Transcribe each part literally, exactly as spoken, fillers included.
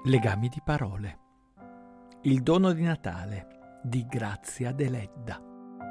Legami di parole. Il dono di Natale di Grazia Deledda.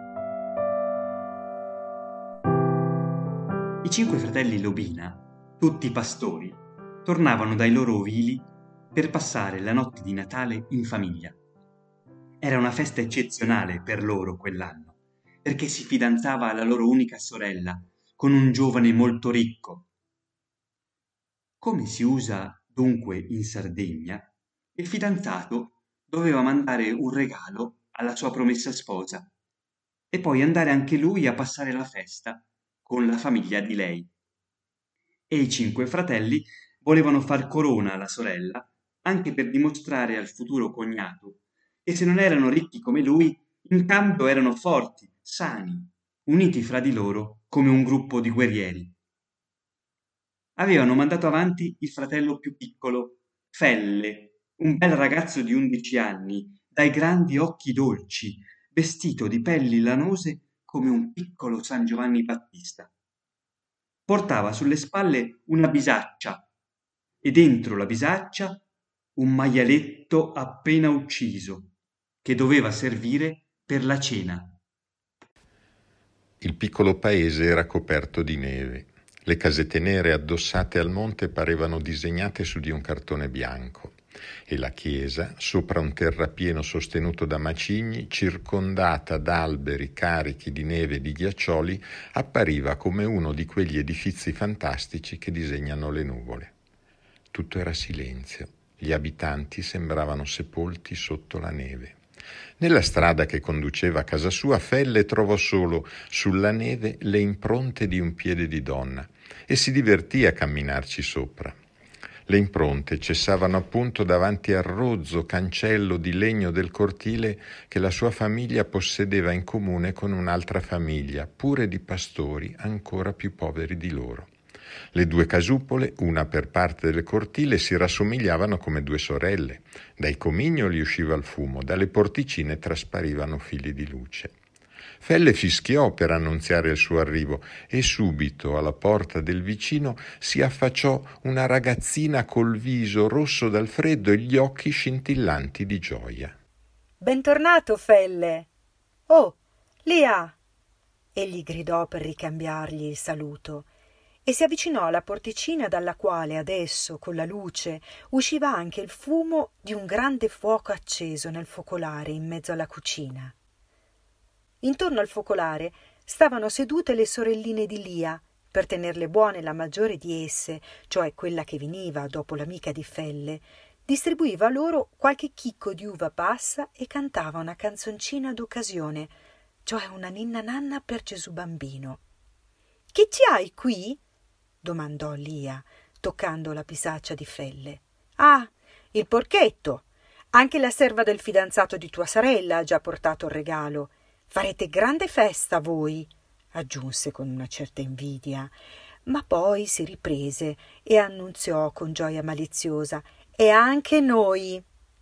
I cinque fratelli Lobina, tutti pastori, tornavano dai loro ovili per passare la notte di Natale in famiglia. Era una festa eccezionale per loro quell'anno, perché si fidanzava la loro unica sorella con un giovane molto ricco. Come si usa dunque in Sardegna, il fidanzato doveva mandare un regalo alla sua promessa sposa e poi andare anche lui a passare la festa con la famiglia di lei. E i cinque fratelli volevano far corona alla sorella anche per dimostrare al futuro cognato che se non erano ricchi come lui, in cambio erano forti, sani, uniti fra di loro come un gruppo di guerrieri. Avevano mandato avanti il fratello più piccolo, Felle, un bel ragazzo di undici anni, dai grandi occhi dolci, vestito di pelli lanose come un piccolo San Giovanni Battista. Portava sulle spalle una bisaccia e dentro la bisaccia un maialetto appena ucciso, che doveva servire per la cena. Il piccolo paese era coperto di neve. Le casette nere addossate al monte parevano disegnate su di un cartone bianco e la chiesa, sopra un terrapieno sostenuto da macigni, circondata da alberi carichi di neve e di ghiaccioli, appariva come uno di quegli edifizi fantastici che disegnano le nuvole. Tutto era silenzio. Gli abitanti sembravano sepolti sotto la neve. Nella strada che conduceva a casa sua, Felle trovò solo sulla neve le impronte di un piede di donna e si divertì a camminarci sopra. Le impronte cessavano appunto davanti al rozzo cancello di legno del cortile che la sua famiglia possedeva in comune con un'altra famiglia, pure di pastori ancora più poveri di loro. Le due casupole, una per parte del cortile, si rassomigliavano come due sorelle. Dai comignoli usciva il fumo, dalle porticine trasparivano fili di luce. Felle fischiò per annunziare il suo arrivo e subito alla porta del vicino si affacciò una ragazzina col viso rosso dal freddo e gli occhi scintillanti di gioia. «Bentornato, Felle! Oh, Lia!» Egli gridò per ricambiargli il saluto e si avvicinò alla porticina dalla quale adesso, con la luce, usciva anche il fumo di un grande fuoco acceso nel focolare in mezzo alla cucina. Intorno al focolare stavano sedute le sorelline di Lia, per tenerle buone la maggiore di esse, cioè quella che veniva dopo l'amica di Felle, distribuiva loro qualche chicco di uva passa e cantava una canzoncina d'occasione, cioè una ninna nanna per Gesù bambino. «Chi ci hai qui?» domandò Lia, toccando la bisaccia di Felle. «Ah, il porchetto! Anche la serva del fidanzato di tua sorella ha già portato il regalo. Farete grande festa voi!» aggiunse con una certa invidia, ma poi si riprese e annunziò con gioia maliziosa: «E anche noi!»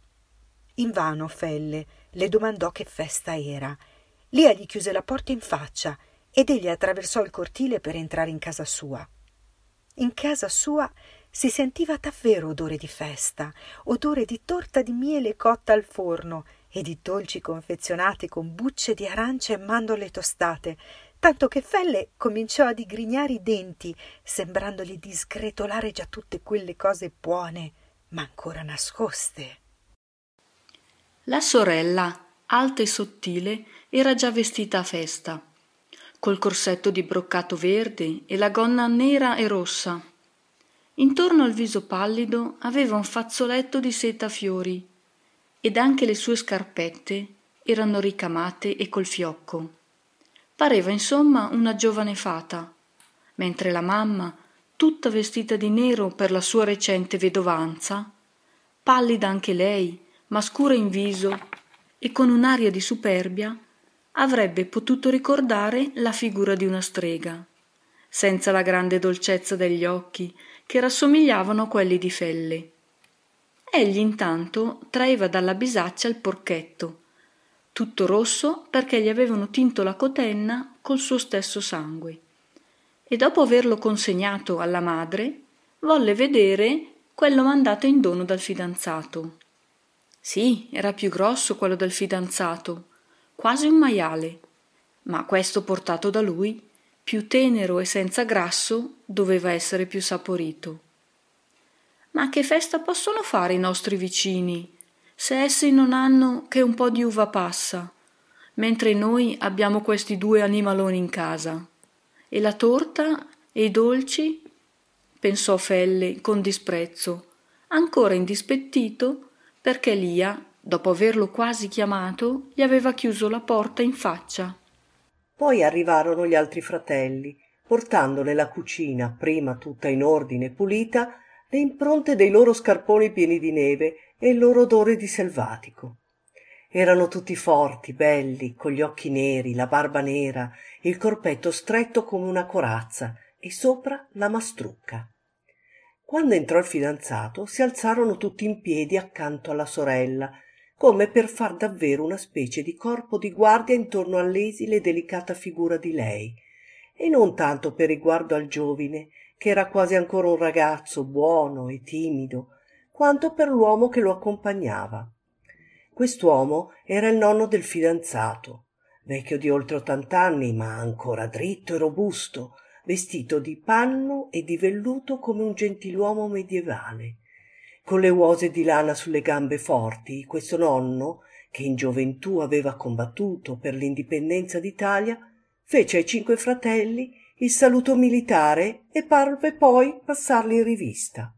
Invano Felle le domandò che festa era. Lia gli chiuse la porta in faccia ed egli attraversò il cortile per entrare in casa sua. In casa sua si sentiva davvero odore di festa, odore di torta di miele cotta al forno e di dolci confezionati con bucce di arance e mandorle tostate, tanto che Felle cominciò a digrignare i denti, sembrandogli di sgretolare già tutte quelle cose buone, ma ancora nascoste. La sorella, alta e sottile, era già vestita a festa, col corsetto di broccato verde e la gonna nera e rossa. Intorno al viso pallido aveva un fazzoletto di seta a fiori ed anche le sue scarpette erano ricamate e col fiocco. Pareva insomma una giovane fata, mentre la mamma, tutta vestita di nero per la sua recente vedovanza, pallida anche lei, ma scura in viso e con un'aria di superbia, avrebbe potuto ricordare la figura di una strega, senza la grande dolcezza degli occhi che rassomigliavano a quelli di Felle. Egli intanto traeva dalla bisaccia il porchetto, tutto rosso perché gli avevano tinto la cotenna col suo stesso sangue, e dopo averlo consegnato alla madre volle vedere quello mandato in dono dal fidanzato. Sì, era più grosso quello del fidanzato, quasi un maiale, ma questo portato da lui, più tenero e senza grasso, doveva essere più saporito. Ma che festa possono fare i nostri vicini, se essi non hanno che un po' di uva passa, mentre noi abbiamo questi due animaloni in casa? E la torta e i dolci? Pensò Felle con disprezzo, ancora indispettito, perché Lia, dopo averlo quasi chiamato, gli aveva chiuso la porta in faccia. Poi arrivarono gli altri fratelli, portando nella cucina, prima tutta in ordine e pulita, le impronte dei loro scarponi pieni di neve e il loro odore di selvatico. Erano tutti forti, belli, con gli occhi neri, la barba nera, il corpetto stretto come una corazza e sopra la mastrucca. Quando entrò il fidanzato, si alzarono tutti in piedi accanto alla sorella, come per far davvero una specie di corpo di guardia intorno all'esile e delicata figura di lei, e non tanto per riguardo al giovine, che era quasi ancora un ragazzo buono e timido, quanto per l'uomo che lo accompagnava. Quest'uomo era il nonno del fidanzato, vecchio di oltre ottant'anni, ma ancora dritto e robusto, vestito di panno e di velluto come un gentiluomo medievale. Con le uose di lana sulle gambe forti, questo nonno, che in gioventù aveva combattuto per l'indipendenza d'Italia, fece ai cinque fratelli il saluto militare e parve poi passarli in rivista.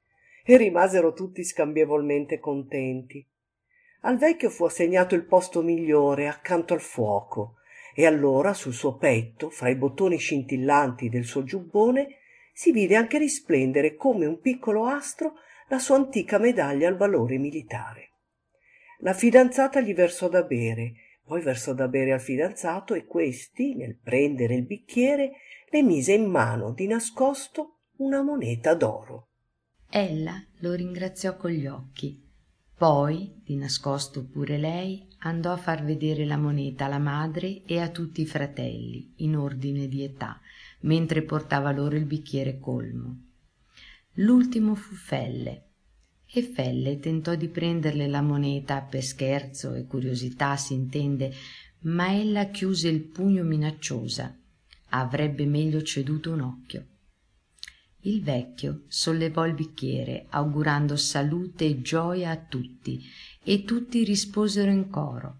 E rimasero tutti scambievolmente contenti. Al vecchio fu assegnato il posto migliore accanto al fuoco, e allora sul suo petto, fra i bottoni scintillanti del suo giubbone, si vide anche risplendere come un piccolo astro la sua antica medaglia al valore militare. La fidanzata gli versò da bere, poi versò da bere al fidanzato e questi, nel prendere il bicchiere, le mise in mano di nascosto una moneta d'oro. Ella lo ringraziò con gli occhi. Poi, di nascosto pure lei, andò a far vedere la moneta alla madre e a tutti i fratelli, in ordine di età, mentre portava loro il bicchiere colmo. L'ultimo fu Felle, e Felle tentò di prenderle la moneta per scherzo e curiosità, s'intende, ma ella chiuse il pugno minacciosa. Avrebbe meglio ceduto un occhio. Il vecchio sollevò il bicchiere, augurando salute e gioia a tutti, e tutti risposero in coro.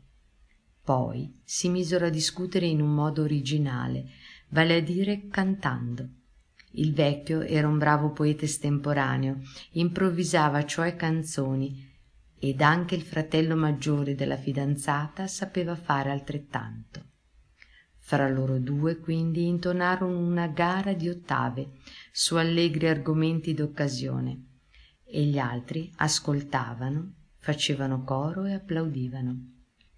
Poi si misero a discutere in un modo originale, vale a dire cantando. Il vecchio era un bravo poeta estemporaneo, improvvisava cioè canzoni, ed anche il fratello maggiore della fidanzata sapeva fare altrettanto. Fra loro due quindi intonarono una gara di ottave su allegri argomenti d'occasione, e gli altri ascoltavano, facevano coro e applaudivano.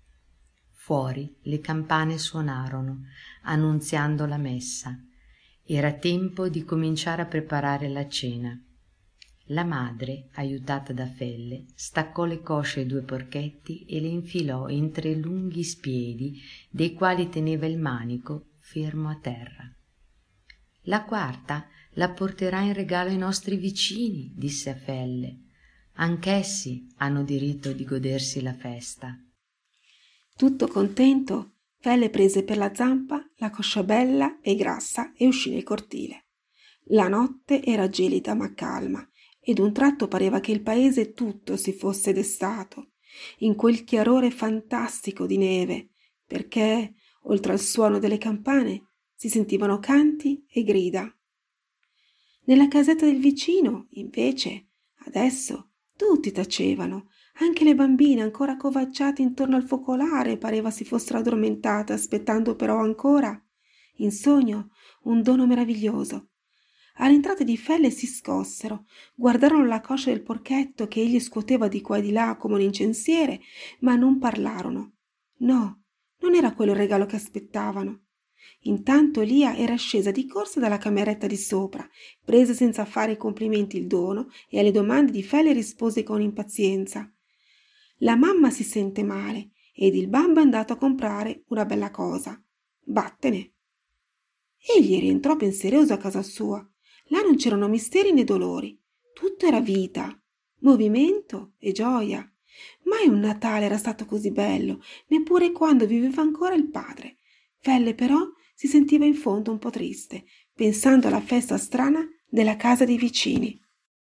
Fuori le campane suonarono, annunziando la messa. Era tempo di cominciare a preparare la cena. La madre, aiutata da Felle, staccò le cosce ai due porchetti e le infilò in tre lunghi spiedi, dei quali teneva il manico fermo a terra. La quarta la porterà in regalo ai nostri vicini, disse a Felle. Anch'essi hanno diritto di godersi la festa. Tutto contento, Felle prese per la zampa la coscia bella e grassa e uscì nel cortile. La notte era gelida ma calma, e d'un tratto pareva che il paese tutto si fosse destato in quel chiarore fantastico di neve, perché, oltre al suono delle campane, si sentivano canti e grida. Nella casetta del vicino, invece, adesso tutti tacevano, anche le bambine ancora accovacciate intorno al focolare pareva si fossero addormentate, aspettando però ancora, in sogno, un dono meraviglioso. All'entrata di Felle si scossero, guardarono la coscia del porchetto che egli scuoteva di qua e di là come un incensiere, ma non parlarono. No, non era quello il regalo che aspettavano. Intanto Lia era scesa di corsa dalla cameretta di sopra, prese senza fare i complimenti il dono e alle domande di Felle rispose con impazienza. La mamma si sente male ed il bambo è andato a comprare una bella cosa. Vattene. Egli rientrò pensieroso a casa sua. Là non c'erano misteri né dolori, Tutto era vita, movimento e gioia. Mai un Natale era stato così bello, neppure quando viveva ancora il padre. Felle però si sentiva in fondo un po' triste, pensando alla festa strana della casa dei vicini.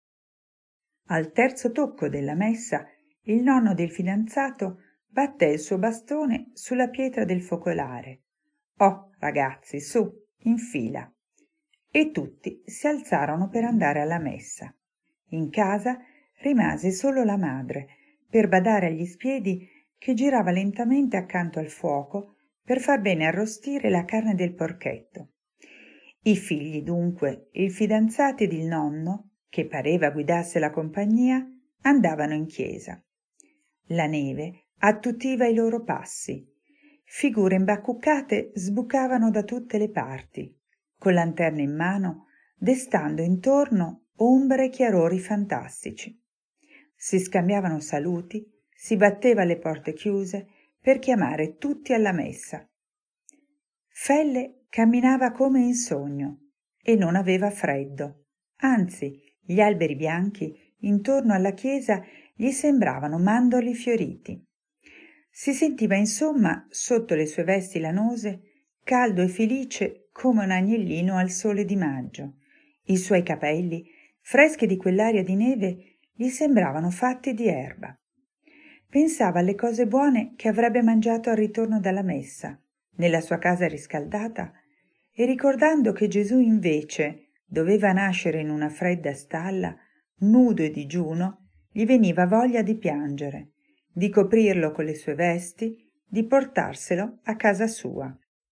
Al terzo tocco della messa, il nonno del fidanzato batté il suo bastone sulla pietra del focolare. «Oh, ragazzi, su, in fila!» E tutti si alzarono per andare alla messa. In casa rimase solo la madre, per badare agli spiedi che girava lentamente accanto al fuoco per far bene arrostire la carne del porchetto. I figli, dunque, il fidanzato ed il nonno, che pareva guidasse la compagnia, andavano in chiesa. La neve attuttiva i loro passi. Figure imbacuccate sbucavano da tutte le parti, con lanterne in mano, destando intorno ombre e chiarori fantastici. Si scambiavano saluti, si batteva alle porte chiuse per chiamare tutti alla messa. Felle camminava come in sogno e non aveva freddo, anzi gli alberi bianchi intorno alla chiesa gli sembravano mandorli fioriti. Si sentiva insomma, sotto le sue vesti lanose, caldo e felice come un agnellino al sole di maggio. I suoi capelli, freschi di quell'aria di neve, gli sembravano fatti di erba. Pensava alle cose buone che avrebbe mangiato al ritorno dalla messa, nella sua casa riscaldata, e ricordando che Gesù invece doveva nascere in una fredda stalla, nudo e digiuno, gli veniva voglia di piangere, di coprirlo con le sue vesti, di portarselo a casa sua.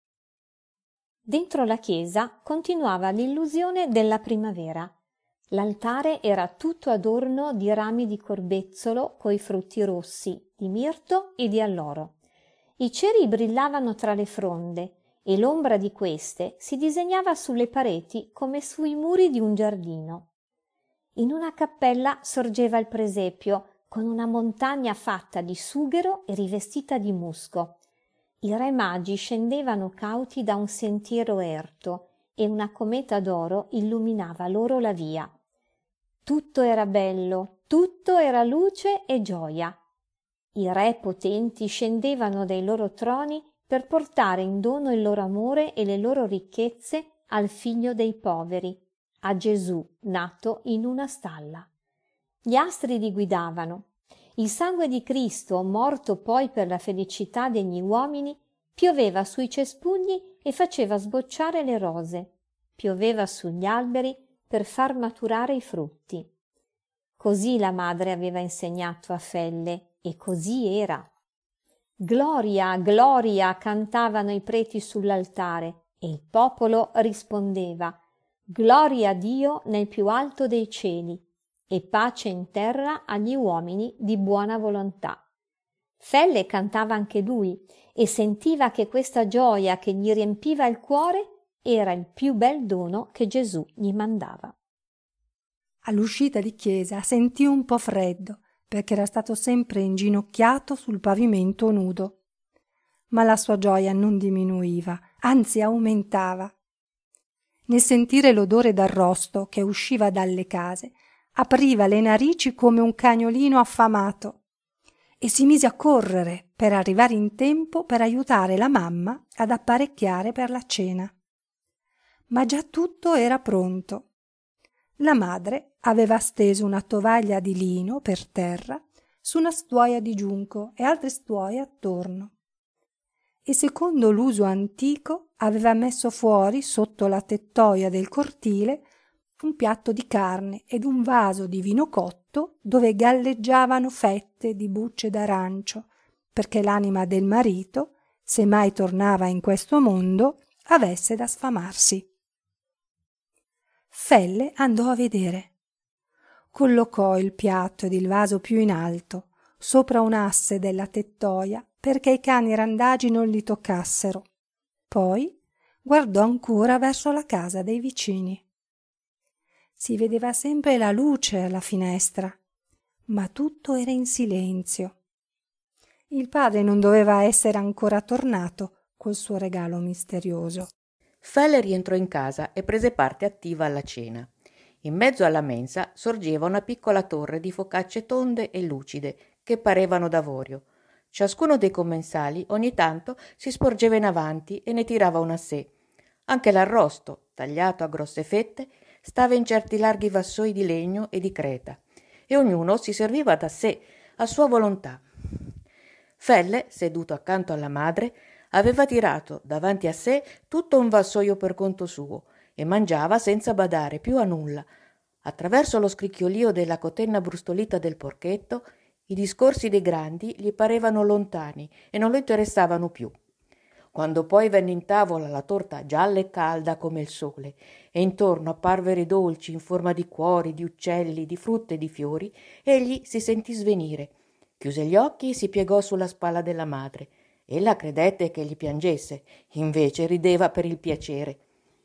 Dentro la chiesa continuava l'illusione della primavera. L'altare era tutto adorno di rami di corbezzolo coi frutti rossi, di mirto e di alloro. I ceri brillavano tra le fronde e l'ombra di queste si disegnava sulle pareti come sui muri di un giardino. In una cappella sorgeva il presepio, con una montagna fatta di sughero e rivestita di musco. I re magi scendevano cauti da un sentiero erto e una cometa d'oro illuminava loro la via. Tutto era bello, tutto era luce e gioia. I re potenti scendevano dai loro troni per portare in dono il loro amore e le loro ricchezze al figlio dei poveri, a Gesù nato in una stalla. Gli astri li guidavano. Il sangue di Cristo, morto poi per la felicità degli uomini, pioveva sui cespugli e faceva sbocciare le rose, pioveva sugli alberi per far maturare i frutti. Così la madre aveva insegnato a Felle, e così era. Gloria, gloria, cantavano i preti sull'altare, e il popolo rispondeva: gloria a Dio nel più alto dei cieli, e pace in terra agli uomini di buona volontà. Felle cantava anche lui e sentiva che questa gioia che gli riempiva il cuore era il più bel dono che Gesù gli mandava. All'uscita di chiesa sentì un po' freddo, perché era stato sempre inginocchiato sul pavimento nudo. Ma la sua gioia non diminuiva, anzi aumentava. Nel sentire l'odore d'arrosto che usciva dalle case, apriva le narici come un cagnolino affamato e si mise a correre per arrivare in tempo per aiutare la mamma ad apparecchiare per la cena. Ma già tutto era pronto. La madre aveva steso una tovaglia di lino per terra su una stuoia di giunco e altre stuoie attorno. E secondo l'uso antico aveva messo fuori sotto la tettoia del cortile un piatto di carne ed un vaso di vino cotto dove galleggiavano fette di bucce d'arancio, perché l'anima del marito, se mai tornava in questo mondo, avesse da sfamarsi. Felle andò a vedere. Collocò il piatto ed il vaso più in alto, sopra un asse della tettoia, perché i cani randagi non li toccassero. Poi guardò ancora verso la casa dei vicini. Si vedeva sempre la luce alla finestra, ma tutto era in silenzio. Il padre non doveva essere ancora tornato col suo regalo misterioso. Felle rientrò in casa e prese parte attiva alla cena. In mezzo alla mensa sorgeva una piccola torre di focacce tonde e lucide che parevano d'avorio. Ciascuno dei commensali ogni tanto si sporgeva in avanti e ne tirava una a sé. Anche l'arrosto, tagliato a grosse fette, stava in certi larghi vassoi di legno e di creta, e ognuno si serviva da sé, a sua volontà. Felle, seduto accanto alla madre, aveva tirato davanti a sé tutto un vassoio per conto suo e mangiava senza badare più a nulla. Attraverso lo scricchiolio della cotenna brustolita del porchetto, i discorsi dei grandi gli parevano lontani e non lo interessavano più. Quando poi venne in tavola la torta gialla e calda come il sole e intorno apparvero i dolci in forma di cuori, di uccelli, di frutta e di fiori, egli si sentì svenire, chiuse gli occhi e si piegò sulla spalla della madre. Ella credette che gli piangesse, invece rideva per il piacere.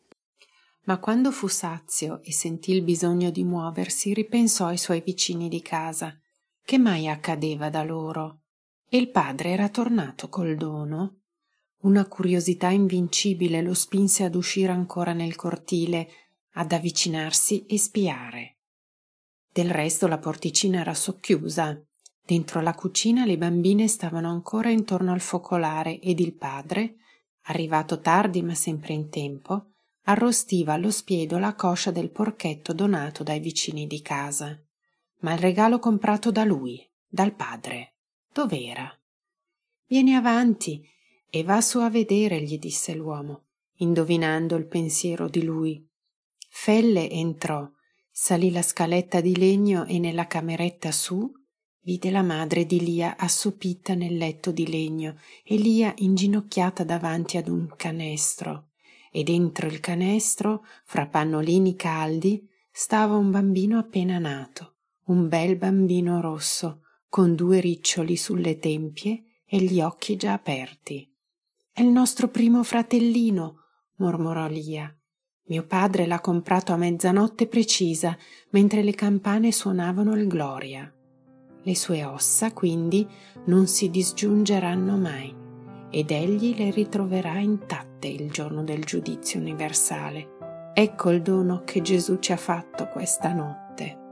Ma quando fu sazio e sentì il bisogno di muoversi, ripensò ai suoi vicini di casa. Che mai accadeva da loro? E il padre era tornato col dono? Una curiosità invincibile lo spinse ad uscire ancora nel cortile, ad avvicinarsi e spiare. Del resto la porticina era socchiusa. Dentro la cucina le bambine stavano ancora intorno al focolare ed il padre, arrivato tardi ma sempre in tempo, arrostiva allo spiedo la coscia del porchetto donato dai vicini di casa. Ma il regalo comprato da lui, dal padre, dov'era? Vieni avanti e va su a vedere, gli disse l'uomo, indovinando il pensiero di lui. Felle entrò, salì la scaletta di legno e nella cameretta su vide la madre di Lia assopita nel letto di legno e Lia inginocchiata davanti ad un canestro, e dentro il canestro, fra pannolini caldi, stava un bambino appena nato, un bel bambino rosso, con due riccioli sulle tempie e gli occhi già aperti. «È il nostro primo fratellino», mormorò Lia. «Mio padre l'ha comprato a mezzanotte precisa, mentre le campane suonavano il Gloria. Le sue ossa, quindi, non si disgiungeranno mai, ed egli le ritroverà intatte il giorno del giudizio universale. Ecco il dono che Gesù ci ha fatto questa notte».